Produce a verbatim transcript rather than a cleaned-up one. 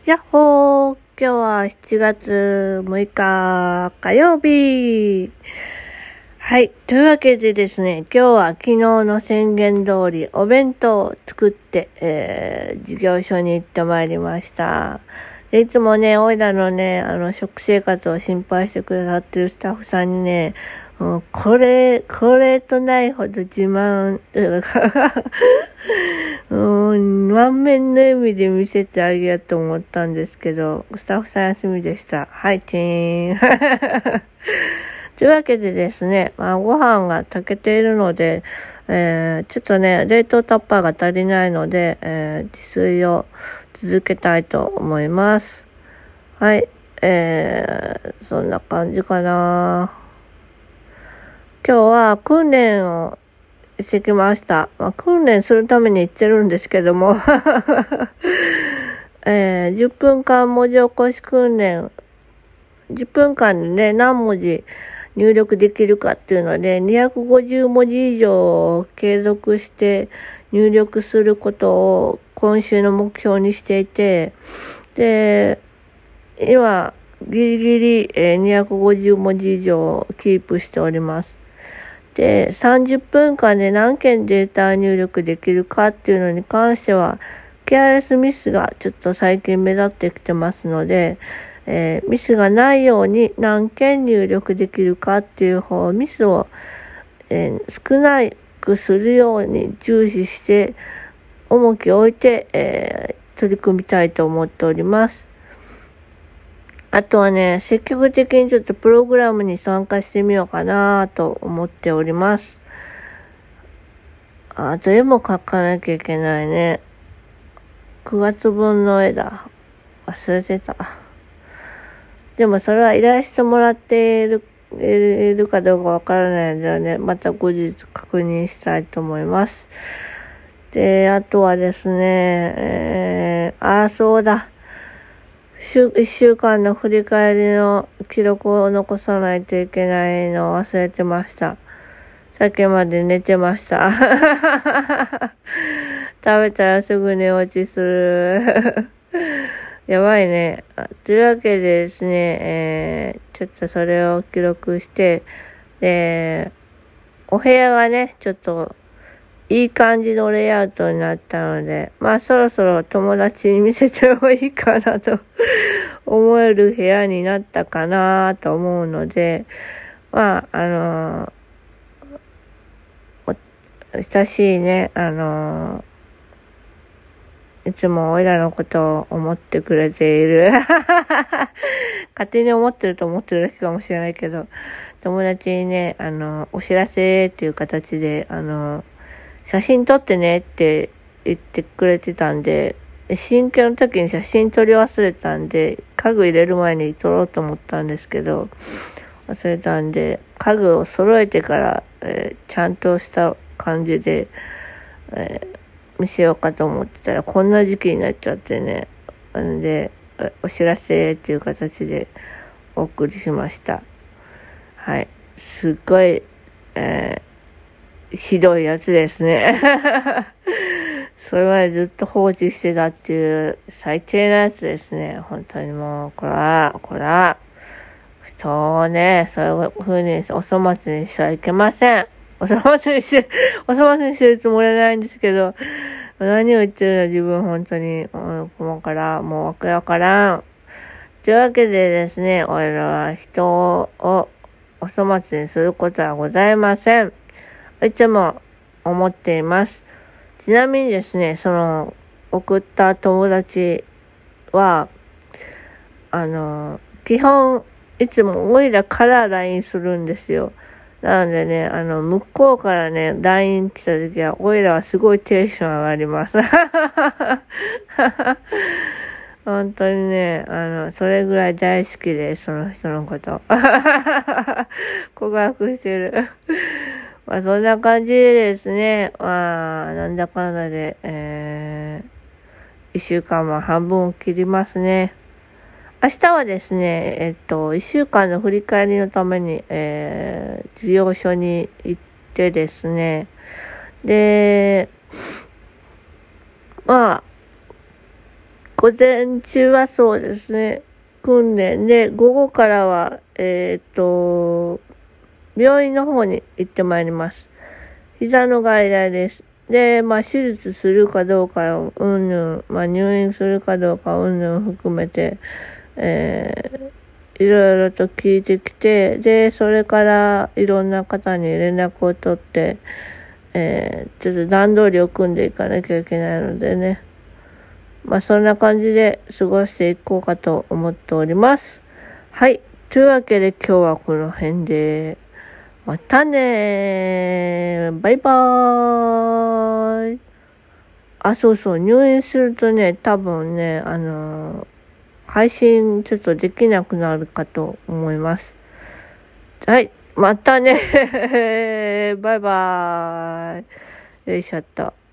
やっほー、今日はしちがつむいか火曜日。はい。というわけでですね、今日は昨日の宣言通りお弁当を作って、えー、事業所に行ってまいりました。でいつもね、おいらのね、あの、食生活を心配してくださってるスタッフさんにね、もうこれ、これとないほど自慢、うん、満面の笑みで見せてあげようと思ったんですけど、スタッフさん休みでした。はい、チーン。というわけでですね、まあ、ご飯が炊けているので、えー、ちょっとね、冷凍タッパーが足りないので、えー、自炊を続けたいと思います。はい、えー、そんな感じかな。今日は訓練をしてきました。まあ、訓練するために行ってるんですけども、えー、じゅっぷんかん文字起こし訓練、じゅっぷんかんでね、何文字入力できるかっていうので、にひゃくごじゅうもじ以上継続して入力することを今週の目標にしていて、で、今、ギリギリ、えー、にひゃくごじゅうもじ以上キープしております。で、さんじゅっぷんかんで何件データ入力できるかっていうのに関しては、ケアレスミスがちょっと最近目立ってきてますので、えー、ミスがないように何件入力できるかっていう方、ミスを、えー、少なくするように重視して、重きを置いて、えー、取り組みたいと思っております。あとはね、積極的にちょっとプログラムに参加してみようかなと思っております。あと絵も描かなきゃいけないね。くがつぶんの絵だ。忘れてた。でもそれは依頼してもらっている、いるかどうかわからないのでね、また後日確認したいと思います。で、あとはですね、えー、あ、そうだ。一週間の振り返りの記録を残さないといけないのを忘れてました。さっきまで寝てました。食べたらすぐ寝落ちする。やばいね。というわけでですね、えー、ちょっとそれを記録して、で、お部屋がね、ちょっといい感じのレイアウトになったので、まあそろそろ友達に見せてもいいかなと思える部屋になったかなと思うので、まあ、あのー、親しいね、あのー、いつもおいらのことを思ってくれている。勝手に思ってると思ってるだけかもしれないけど、友達にね、あのー、お知らせっていう形で、あのー、写真撮ってねって言ってくれてたんで、新居の時に写真撮り忘れたんで、家具入れる前に撮ろうと思ったんですけど、忘れたんで、家具を揃えてから、えー、ちゃんとした感じで、えー、見せようかと思ってたら、こんな時期になっちゃってね。なので、お知らせっていう形でお送りしました。はい。すっごい、えーひどいやつですね。それまでずっと放置してたっていう最低なやつですね。本当にもう、こら、こら、人をね、そういう風にお粗末にしてはいけません。お粗末にして、お粗末にしてるつもりはないんですけど、何を言ってるの自分本当に、もうから、もうわけわからん。というわけでですね、俺らは人をお粗末にすることはございません。いつも思っています。ちなみにですね、その、送った友達は、あの、基本、いつもオイラから ライン するんですよ。なのでね、あの、向こうからね、ライン 来た時は、オイラはすごいテンション上がります。本当にね、あの、それぐらい大好きです、その人のこと。告白してる。まあそんな感じでですね、まあなんだかんだで、えー、一週間は半分を切りますね。明日はですね、えっと、一週間の振り返りのために、えー、事業所に行ってですね、で、まあ、 午前中はそうですね、訓練で、午後からは、えっと、病院の方に行ってまいります。膝の外来です。で、まあ、手術するかどうかを、うんぬん、まあ、入院するかどうか、うんぬん含めて、えー、いろいろと聞いてきて、で、それからいろんな方に連絡を取って、えー、ちょっと段取りを組んでいかなきゃいけないのでね。まあ、そんな感じで過ごしていこうかと思っております。はい。というわけで今日はこの辺で、またねー。バイバーイ。あ、そうそう。入院するとね、多分ね、あのー、配信ちょっとできなくなるかと思います。はい。またねー。バイバーイ。よいしょっと。